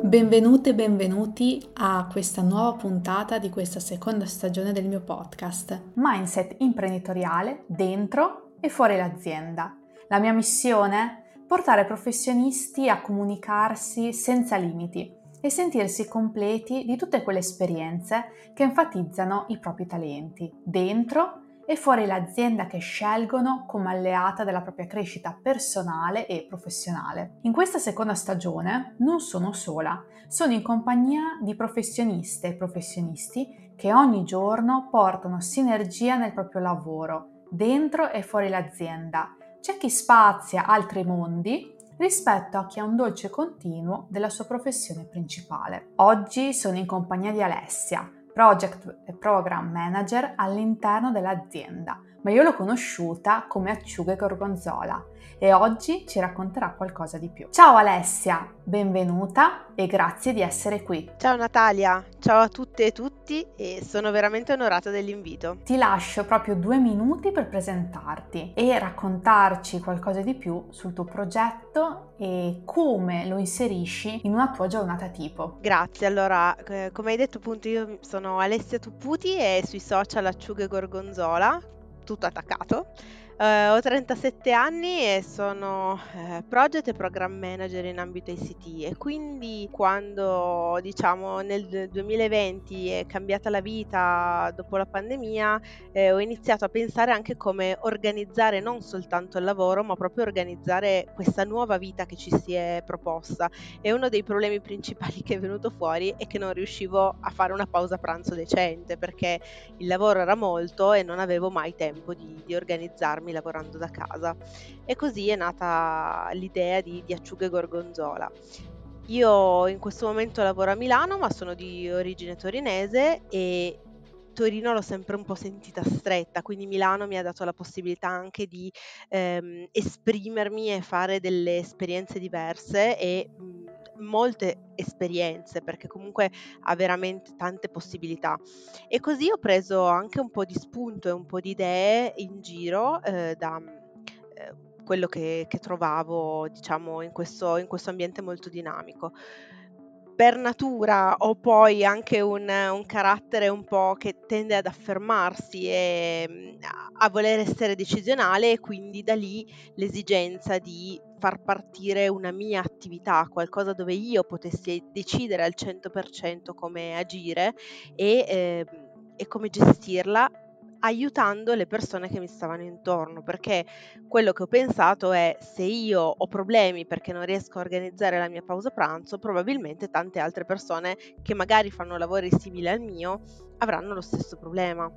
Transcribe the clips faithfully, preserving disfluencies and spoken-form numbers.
Benvenute e benvenuti a questa nuova puntata di questa seconda stagione del mio podcast Mindset imprenditoriale dentro e fuori l'azienda. La mia missione? Portare professionisti a comunicarsi senza limiti e sentirsi completi di tutte quelle esperienze che enfatizzano i propri talenti dentro e fuori l'azienda che scelgono come alleata della propria crescita personale e professionale. In questa seconda stagione non sono sola, sono in compagnia di professioniste e professionisti che ogni giorno portano sinergia nel proprio lavoro, dentro e fuori l'azienda. C'è chi spazia altri mondi rispetto a chi ha un dolce continuo della sua professione principale. Oggi sono in compagnia di Alessia, Project e Program Manager all'interno dell'azienda, ma io l'ho conosciuta come Acciughe Gorgonzola e oggi ci racconterà qualcosa di più. Ciao Alessia, benvenuta e grazie di essere qui. Ciao Natalia, ciao a tutte e tutti e sono veramente onorata dell'invito. Ti lascio proprio due minuti per presentarti e raccontarci qualcosa di più sul tuo progetto e come lo inserisci in una tua giornata tipo. Grazie, allora, eh, come hai detto appunto io sono Alessia Tupputi e sui social Acciughe Gorgonzola, tutto attaccato. Eh, ho trentasette anni e sono eh, project e program manager in ambito I C T e quindi quando diciamo nel duemilaventi è cambiata la vita dopo la pandemia eh, ho iniziato a pensare anche come organizzare non soltanto il lavoro ma proprio organizzare questa nuova vita che ci si è proposta. E uno dei problemi principali che è venuto fuori è che non riuscivo a fare una pausa pranzo decente perché il lavoro era molto e non avevo mai tempo di, di organizzarmi lavorando da casa. E così è nata l'idea di, di Acciughe Gorgonzola. Io in questo momento lavoro a Milano, ma sono di origine torinese e Torino l'ho sempre un po' sentita stretta, quindi Milano mi ha dato la possibilità anche di ehm, esprimermi e fare delle esperienze diverse e mh, molte esperienze, perché comunque ha veramente tante possibilità. E così ho preso anche un po' di spunto e un po' di idee in giro eh, da eh, quello che, che trovavo, diciamo, in questo, in questo ambiente molto dinamico. Per natura ho poi anche un, un carattere un po' che tende ad affermarsi e mm, a, a voler essere decisionale e quindi da lì l'esigenza di far partire una mia attività, qualcosa dove io potessi decidere al cento per cento come agire e, ehm, e come gestirla, aiutando le persone che mi stavano intorno, perché quello che ho pensato è: se io ho problemi perché non riesco a organizzare la mia pausa pranzo, probabilmente tante altre persone che magari fanno lavori simili al mio avranno lo stesso problema.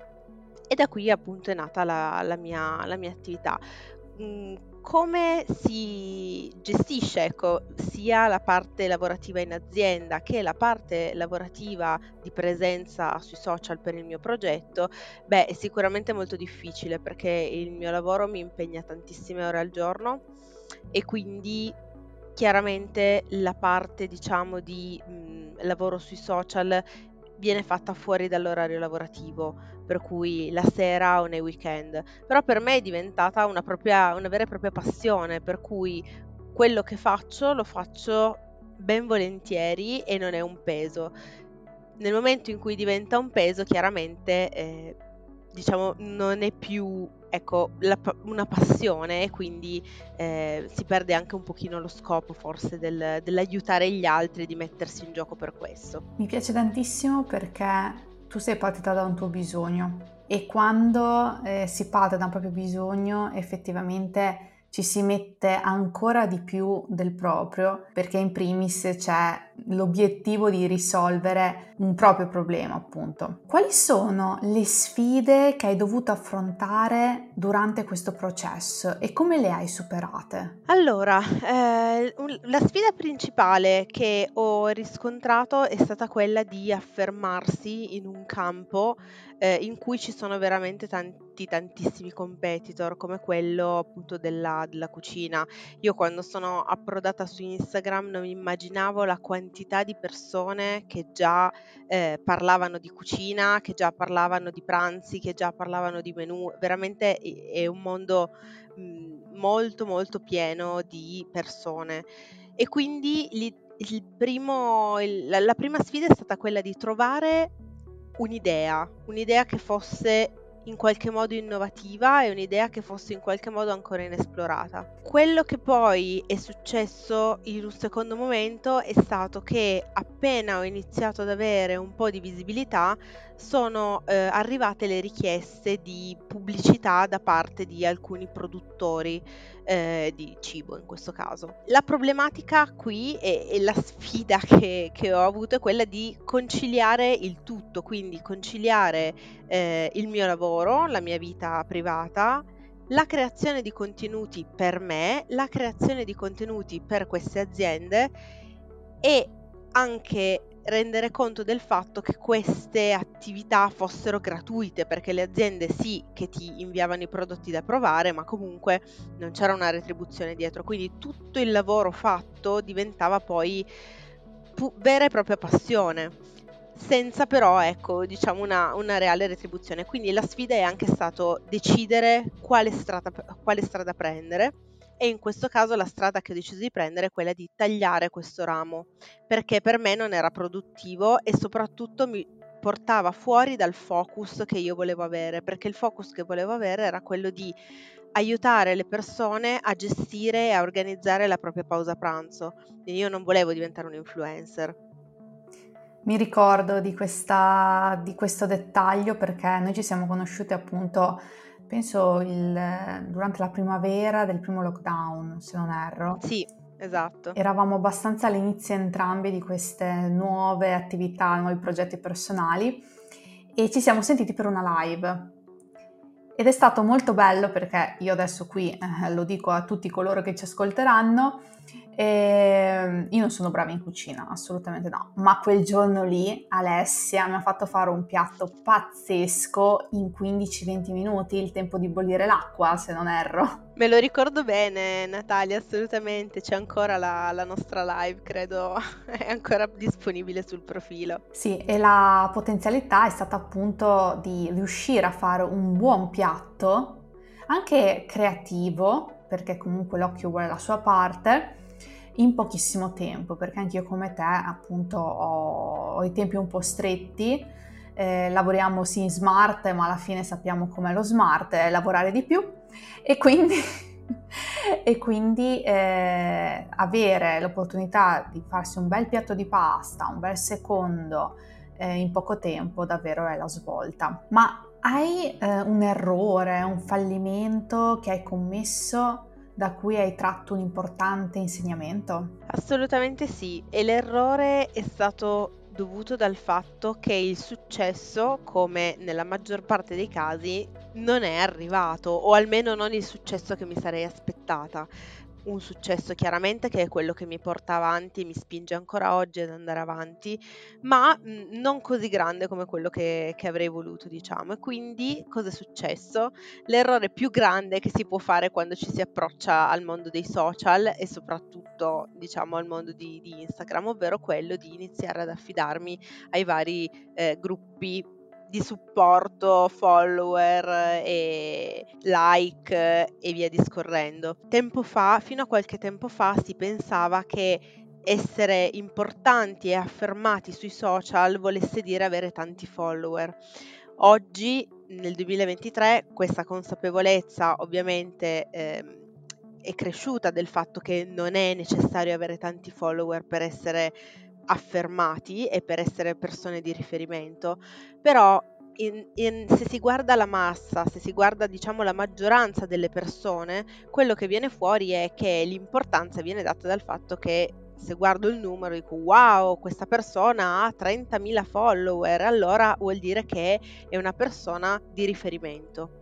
E da qui appunto è nata la, la mia, la mia attività. Mm, come si gestisce, ecco, sia la parte lavorativa in azienda che la parte lavorativa di presenza sui social per il mio progetto? Beh, è sicuramente molto difficile perché il mio lavoro mi impegna tantissime ore al giorno e quindi chiaramente la parte, diciamo, di mh, lavoro sui social viene fatta fuori dall'orario lavorativo, per cui la sera o nei weekend. Però per me è diventata una propria, una vera e propria passione, per cui quello che faccio lo faccio ben volentieri e non è un peso. Nel momento in cui diventa un peso, chiaramente, eh, diciamo, non è più, ecco, la pa- una passione e quindi eh, si perde anche un pochino lo scopo forse del- dell'aiutare gli altri, di mettersi in gioco per questo. Mi piace tantissimo perché tu sei partita da un tuo bisogno e quando eh, si parte da un proprio bisogno effettivamente ci si mette ancora di più del proprio perché in primis c'è l'obiettivo di risolvere un proprio problema, appunto. Quali sono le sfide che hai dovuto affrontare durante questo processo e come le hai superate? Allora, ehm, un la sfida principale che ho riscontrato è stata quella di affermarsi in un campo, ehm, in cui ci sono veramente tanti, tantissimi competitor, come quello appunto della della cucina. Io quando sono approdata su Instagram non immaginavo la quantità di persone che già, ehm, parlavano di cucina, che già parlavano di pranzi, che già parlavano di menù. Veramente è è un mondo mhmm, molto, molto pieno di persone e quindi l'i il primo, il- la, la prima sfida è stata quella di trovare un'idea, un'idea che fosse in qualche modo innovativa e un'idea che fosse in qualche modo ancora inesplorata. Quello che poi è successo in un secondo momento è stato che appena ho iniziato ad avere un po' di visibilità sono eh, arrivate le richieste di pubblicità da parte di alcuni produttori eh, di cibo in questo caso. La problematica qui e, e la sfida che, che ho avuto è quella di conciliare il tutto, quindi conciliare eh, il mio lavoro, la mia vita privata, la creazione di contenuti per me, la creazione di contenuti per queste aziende e anche rendere conto del fatto che queste attività fossero gratuite, perché le aziende sì che ti inviavano i prodotti da provare, ma comunque non c'era una retribuzione dietro, quindi tutto il lavoro fatto diventava poi pu- vera e propria passione, senza però, ecco, diciamo una, una reale retribuzione. Quindi la sfida è anche stato decidere quale strada, quale strada prendere, e in questo caso la strada che ho deciso di prendere è quella di tagliare questo ramo, perché per me non era produttivo e soprattutto mi portava fuori dal focus che io volevo avere, perché il focus che volevo avere era quello di aiutare le persone a gestire e a organizzare la propria pausa pranzo. Quindi io non volevo diventare un influencer. Mi ricordo di, questa, di questo dettaglio perché noi ci siamo conosciuti appunto, penso, il- durante la primavera del primo lockdown, se non erro. Sì, esatto. Eravamo abbastanza all'inizio entrambi di queste nuove attività, nuovi progetti personali e ci siamo sentiti per una live. Ed è stato molto bello perché io adesso qui eh, lo dico a tutti coloro che ci ascolteranno, eh, io non sono brava in cucina, assolutamente no, ma quel giorno lì Alessia mi ha fatto fare un piatto pazzesco in quindici venti minuti, il tempo di bollire l'acqua, se non erro. Me lo ricordo bene, Natalia, assolutamente. C'è ancora la, la nostra live, credo è ancora disponibile sul profilo. Sì, e la potenzialità è stata appunto di riuscire a fare un buon piatto, anche creativo, perché comunque l'occhio vuole la sua parte, in pochissimo tempo, perché anch'io come te appunto ho, ho i tempi un po' stretti, eh, lavoriamo sì in smart, ma alla fine sappiamo com'è lo smart, è lavorare di più e quindi, e quindi eh, avere l'opportunità di farsi un bel piatto di pasta, un bel secondo eh, in poco tempo davvero è la svolta. Ma hai eh, un errore, un fallimento che hai commesso da cui hai tratto un importante insegnamento? Assolutamente sì, e l'errore è stato dovuto dal fatto che il successo, come nella maggior parte dei casi, non è arrivato, o almeno non il successo che mi sarei aspettata. Un successo chiaramente che è quello che mi porta avanti e mi spinge ancora oggi ad andare avanti, ma mh, non così grande come quello che, che avrei voluto, diciamo. E quindi cosa è successo? L'errore più grande che si può fare quando ci si approccia al mondo dei social e soprattutto, diciamo, al mondo di, di Instagram, ovvero quello di iniziare ad affidarmi ai vari eh, gruppi di supporto, follower e like eh, e via discorrendo. Tempo fa, fino a qualche tempo fa, si pensava che essere importanti e affermati sui social volesse dire avere tanti follower. Oggi, nel duemilaventitré, questa consapevolezza ovviamente ehm, è cresciuta del fatto che non è necessario avere tanti follower per essere affermati e per essere persone di riferimento, però in- in- se si guarda la massa, se si guarda diciamo la maggioranza delle persone, quello che viene fuori è che l'importanza viene data dal fatto che se guardo il numero dico wow, questa persona ha trentamila follower, allora vuol dire che è una persona di riferimento.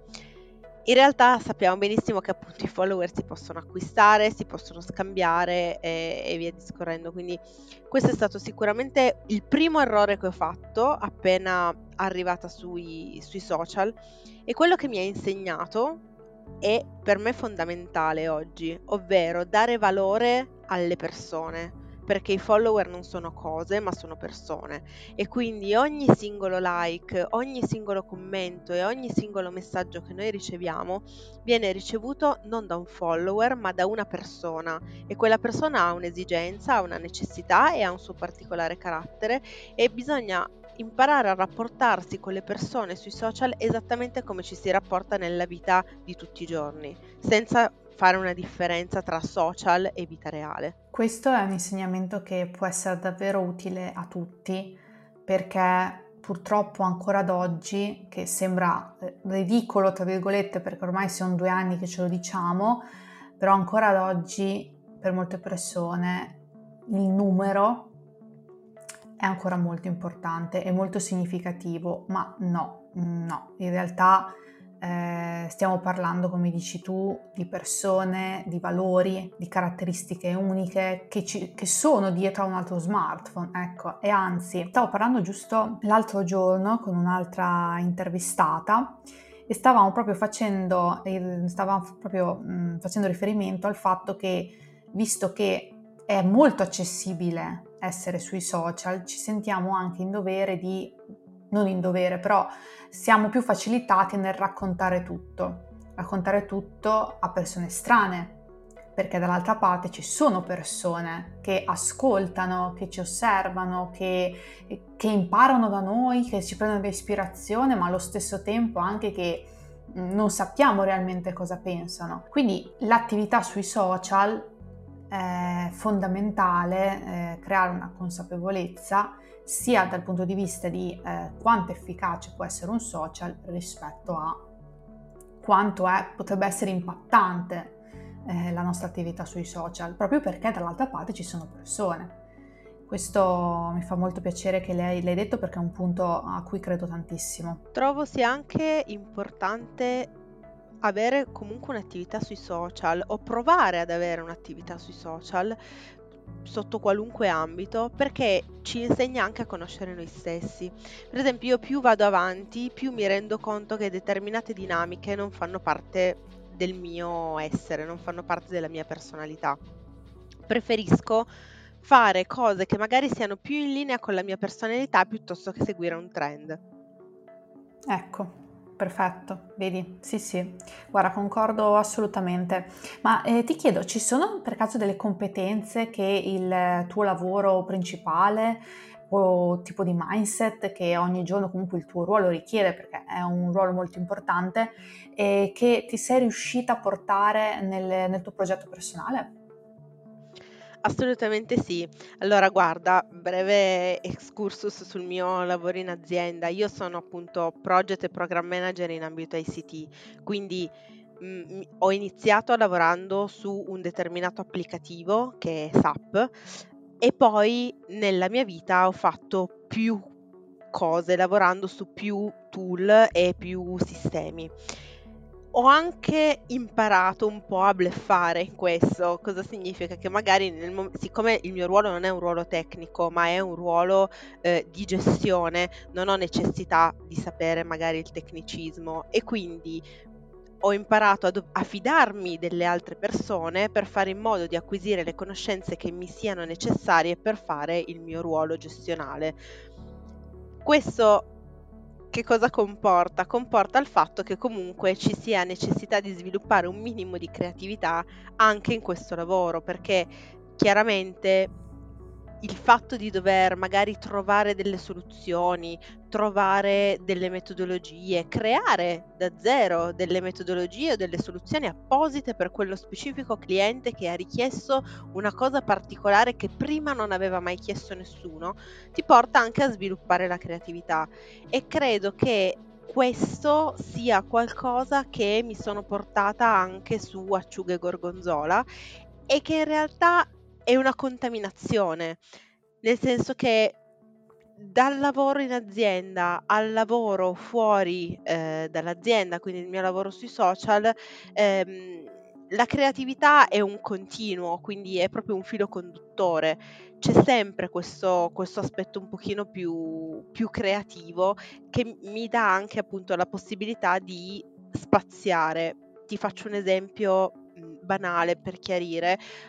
In realtà sappiamo benissimo che appunto i follower si possono acquistare, si possono scambiare e, e via discorrendo, quindi questo è stato sicuramente il primo errore che ho fatto appena arrivata sui, sui social, e quello che mi ha insegnato è per me fondamentale oggi, ovvero dare valore alle persone, perché i follower non sono cose, ma sono persone, e quindi ogni singolo like, ogni singolo commento e ogni singolo messaggio che noi riceviamo viene ricevuto non da un follower, ma da una persona, e quella persona ha un'esigenza, ha una necessità e ha un suo particolare carattere, e bisogna imparare a rapportarsi con le persone sui social esattamente come ci si rapporta nella vita di tutti i giorni, senza fare una differenza tra social e vita reale. Questo è un insegnamento che può essere davvero utile a tutti, perché purtroppo ancora ad oggi, che sembra eh, ridicolo tra virgolette perché ormai sono due anni che ce lo diciamo, però ancora ad oggi per molte persone il numero è ancora molto importante, è molto significativo, ma no, no, in realtà eh, stiamo parlando, come dici tu, di persone, di valori, di caratteristiche uniche che, ci, che sono dietro a un altro smartphone, ecco. E anzi, stavo parlando giusto l'altro giorno con un'altra intervistata e stavamo proprio facendo, stavamo proprio mh, facendo riferimento al fatto che, visto che è molto accessibile essere sui social, ci sentiamo anche in dovere di, non in dovere, però siamo più facilitati nel raccontare tutto, raccontare tutto a persone estranee, perché dall'altra parte ci sono persone che ascoltano, che ci osservano, che, che imparano da noi, che ci prendono ispirazione, ma allo stesso tempo anche che non sappiamo realmente cosa pensano. Quindi l'attività sui social è fondamentale, eh, creare una consapevolezza sia dal punto di vista di eh, quanto efficace può essere un social rispetto a quanto è, potrebbe essere impattante eh, la nostra attività sui social, proprio perché dall'altra parte ci sono persone. Questo mi fa molto piacere che lei l'hai detto, perché è un punto a cui credo tantissimo. Trovo sia anche importante avere comunque un'attività sui social, o provare ad avere un'attività sui social sotto qualunque ambito, perché ci insegna anche a conoscere noi stessi. Per esempio, io più vado avanti, più mi rendo conto che determinate dinamiche non fanno parte del mio essere, non fanno parte della mia personalità. Preferisco fare cose che magari siano più in linea con la mia personalità piuttosto che seguire un trend. Ecco, perfetto, vedi? Sì, sì, guarda, concordo assolutamente. Ma eh, ti chiedo, ci sono per caso delle competenze che il tuo lavoro principale o tipo di mindset che ogni giorno comunque il tuo ruolo richiede, perché è un ruolo molto importante, e che ti sei riuscita a portare nel, nel tuo progetto personale? Assolutamente sì. Allora guarda, breve excursus sul mio lavoro in azienda. Io sono appunto project e program manager in ambito I C T, quindi mm, mi- ho iniziato lavorando su un determinato applicativo che è S A P, e poi nella mia vita ho fatto più cose lavorando su più tool e più sistemi. Ho anche imparato un po' a bluffare in questo. Cosa significa? Che magari nel mom- siccome il mio ruolo non è un ruolo tecnico, ma è un ruolo eh, di gestione, non ho necessità di sapere magari il tecnicismo, e quindi ho imparato a, do- a fidarmi delle altre persone per fare in modo di acquisire le conoscenze che mi siano necessarie per fare il mio ruolo gestionale. Questo che cosa comporta? Comporta il fatto che comunque ci sia necessità di sviluppare un minimo di creatività anche in questo lavoro, perché chiaramente il fatto di dover magari trovare delle soluzioni, trovare delle metodologie, creare da zero delle metodologie o delle soluzioni apposite per quello specifico cliente che ha richiesto una cosa particolare che prima non aveva mai chiesto nessuno, ti porta anche a sviluppare la creatività. E credo che questo sia qualcosa che mi sono portata anche su Acciughe Gorgonzola, e che in realtà è una contaminazione, nel senso che dal lavoro in azienda al lavoro fuori eh, dall'azienda, quindi il mio lavoro sui social, ehm, la creatività è un continuo, quindi è proprio un filo conduttore. C'è sempre questo, questo aspetto un pochino più, più creativo, che mi dà anche appunto la possibilità di spaziare. Ti faccio un esempio mh, banale per chiarire.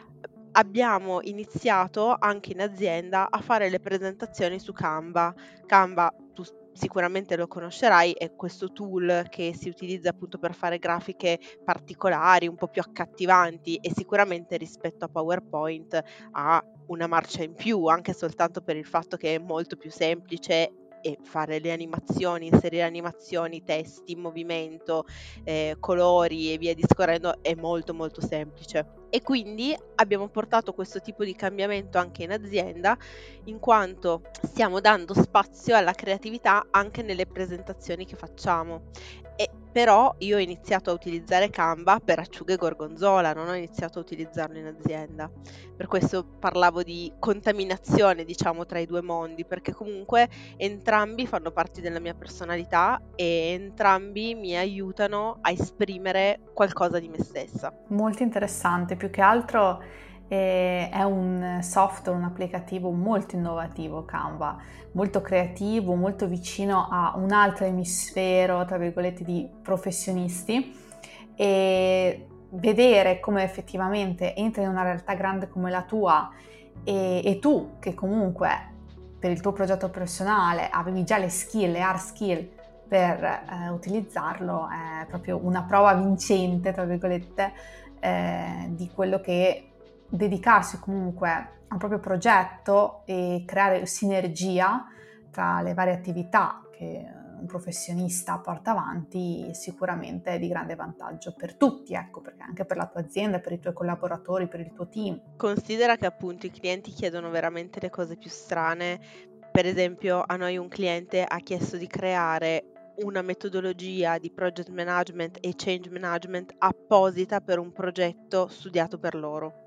abbiamo iniziato anche in azienda a fare le presentazioni su Canva. Canva, tu sicuramente lo conoscerai, è questo tool che si utilizza appunto per fare grafiche particolari, un po' più accattivanti, e sicuramente rispetto a PowerPoint ha una marcia in più, anche soltanto per il fatto che è molto più semplice, e fare le animazioni, inserire animazioni, testi in movimento, eh, colori e via discorrendo è molto molto semplice. E quindi abbiamo portato questo tipo di cambiamento anche in azienda, in quanto stiamo dando spazio alla creatività anche nelle presentazioni che facciamo. E però io ho iniziato a utilizzare Canva per Acciughe Gorgonzola, non ho iniziato a utilizzarlo in azienda. Per questo parlavo di contaminazione, diciamo, tra i due mondi, perché comunque entrambi fanno parte della mia personalità e entrambi mi aiutano a esprimere qualcosa di me stessa. Molto interessante, più che altro eh, è un software, un applicativo molto innovativo Canva, molto creativo, molto vicino a un altro emisfero, tra virgolette, di professionisti, e vedere come effettivamente entra in una realtà grande come la tua e, e tu che comunque per il tuo progetto professionale avevi già le skill, le hard skill per eh, utilizzarlo, è proprio una prova vincente, tra virgolette, eh, di quello che dedicarsi comunque a un proprio progetto e creare sinergia tra le varie attività che un professionista porta avanti sicuramente è di grande vantaggio per tutti, ecco, perché anche per la tua azienda, per i tuoi collaboratori, per il tuo team. Considera che appunto i clienti chiedono veramente le cose più strane. Per esempio, a noi un cliente ha chiesto di creare una metodologia di project management e change management apposita per un progetto studiato per loro.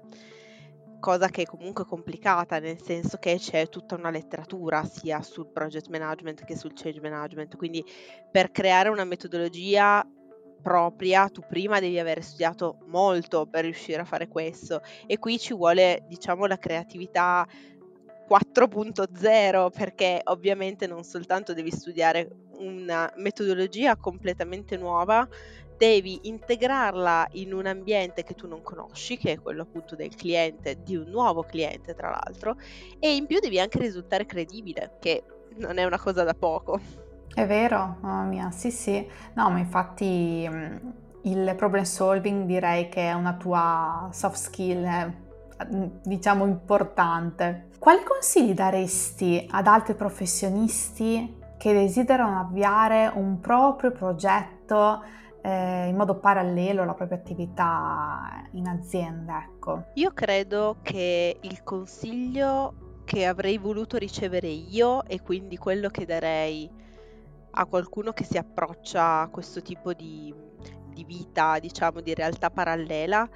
Cosa che è comunque complicata, nel senso che c'è tutta una letteratura sia sul project management che sul change management. Quindi per creare una metodologia propria tu prima devi aver studiato molto per riuscire a fare questo, e qui ci vuole, diciamo, la creatività quattro punto zero, perché ovviamente non soltanto devi studiare una metodologia completamente nuova, devi integrarla in un ambiente che tu non conosci, che è quello appunto del cliente, di un nuovo cliente tra l'altro, e in più devi anche risultare credibile, che non è una cosa da poco. È vero, mamma mia, sì sì, no, ma infatti mh, il problem solving direi che è una tua soft skill, eh, diciamo importante. Quali consigli daresti ad altri professionisti che desiderano avviare un proprio progetto eh, in modo parallelo alla propria attività in azienda, ecco? Io credo che il consiglio che avrei voluto ricevere io, e quindi quello che darei a qualcuno che si approccia a questo tipo di, di vita, diciamo, di realtà parallela,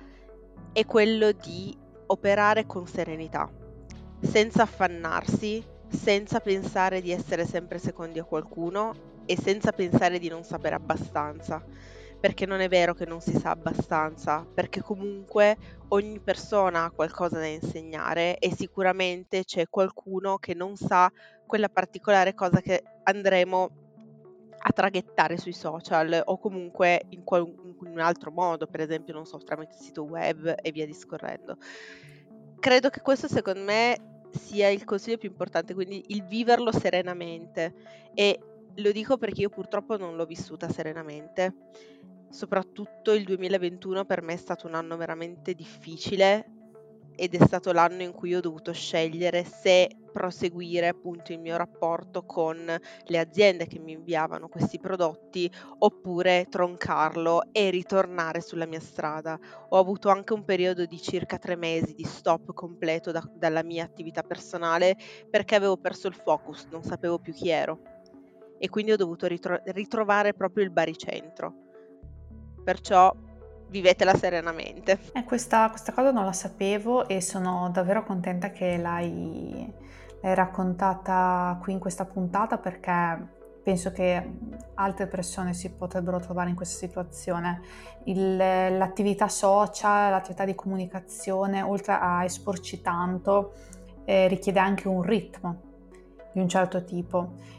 è quello di operare con serenità, senza affannarsi, senza pensare di essere sempre secondi a qualcuno e senza pensare di non sapere abbastanza, perché non è vero che non si sa abbastanza, perché comunque ogni persona ha qualcosa da insegnare e sicuramente c'è qualcuno che non sa quella particolare cosa che andremo a traghettare sui social o comunque in, qual- in un altro modo, per esempio, non so, tramite il sito web e via discorrendo. Credo che questo secondo me sia il consiglio più importante, quindi il viverlo serenamente, e lo dico perché io purtroppo non l'ho vissuta serenamente. Soprattutto il duemilaventuno per me è stato un anno veramente difficile ed è stato l'anno in cui ho dovuto scegliere se proseguire appunto il mio rapporto con le aziende che mi inviavano questi prodotti oppure troncarlo e ritornare sulla mia strada. Ho avuto anche un periodo di circa tre mesi di stop completo da- dalla mia attività personale perché avevo perso il focus, non sapevo più chi ero e quindi ho dovuto ritro- ritrovare proprio il baricentro. Perciò vivetela serenamente. Eh, questa, questa cosa non la sapevo e sono davvero contenta che l'hai, l'hai raccontata qui in questa puntata perché penso che altre persone si potrebbero trovare in questa situazione. Il- l'attività social, l'attività di comunicazione, oltre a esporci tanto, eh, richiede anche un ritmo di un certo tipo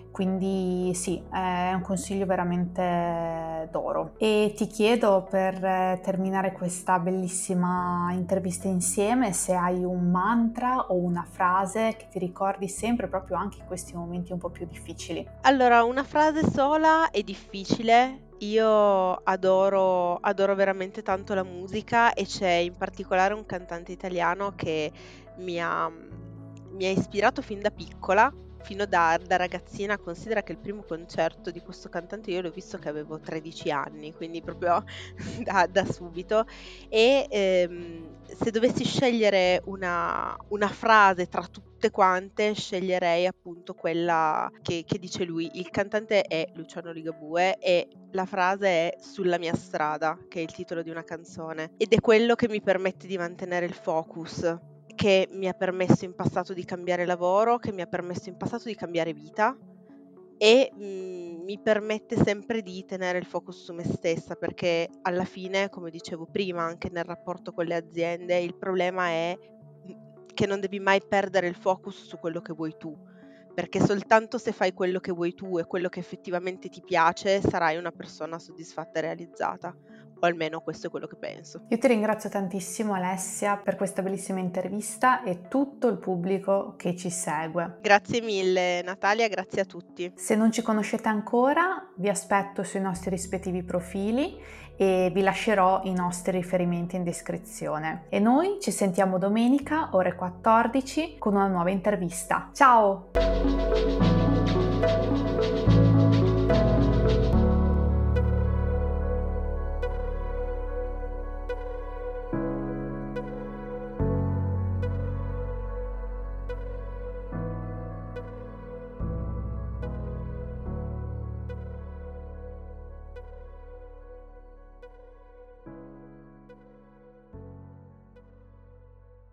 quindi sì, è un consiglio veramente d'oro. E ti chiedo, per terminare questa bellissima intervista insieme, se hai un mantra o una frase che ti ricordi sempre proprio anche in questi momenti un po' più difficili. Allora, una frase sola è difficile. Io adoro, adoro veramente tanto la musica e c'è in particolare un cantante italiano che mi ha, mi ha ispirato fin da piccola, fino da, da ragazzina. Considera che il primo concerto di questo cantante io l'ho visto che avevo tredici anni, quindi proprio da, da subito. E ehm, se dovessi scegliere una, una frase tra tutte quante, sceglierei appunto quella che, che dice lui. Il cantante è Luciano Ligabue e la frase è Sulla mia strada, che è il titolo di una canzone, ed è quello che mi permette di mantenere il focus, che mi ha permesso in passato di cambiare lavoro, che mi ha permesso in passato di cambiare vita e mh, mi permette sempre di tenere il focus su me stessa, perché alla fine, come dicevo prima, anche nel rapporto con le aziende, il problema è che non devi mai perdere il focus su quello che vuoi tu, perché soltanto se fai quello che vuoi tu e quello che effettivamente ti piace sarai una persona soddisfatta e realizzata, o almeno questo è quello che penso. Io ti ringrazio tantissimo, Alessia, per questa bellissima intervista e tutto il pubblico che ci segue. Grazie mille Natalia, grazie a tutti. Se non ci conoscete ancora, vi aspetto sui nostri rispettivi profili e vi lascerò i nostri riferimenti in descrizione. E noi ci sentiamo domenica ore quattordici con una nuova intervista. Ciao!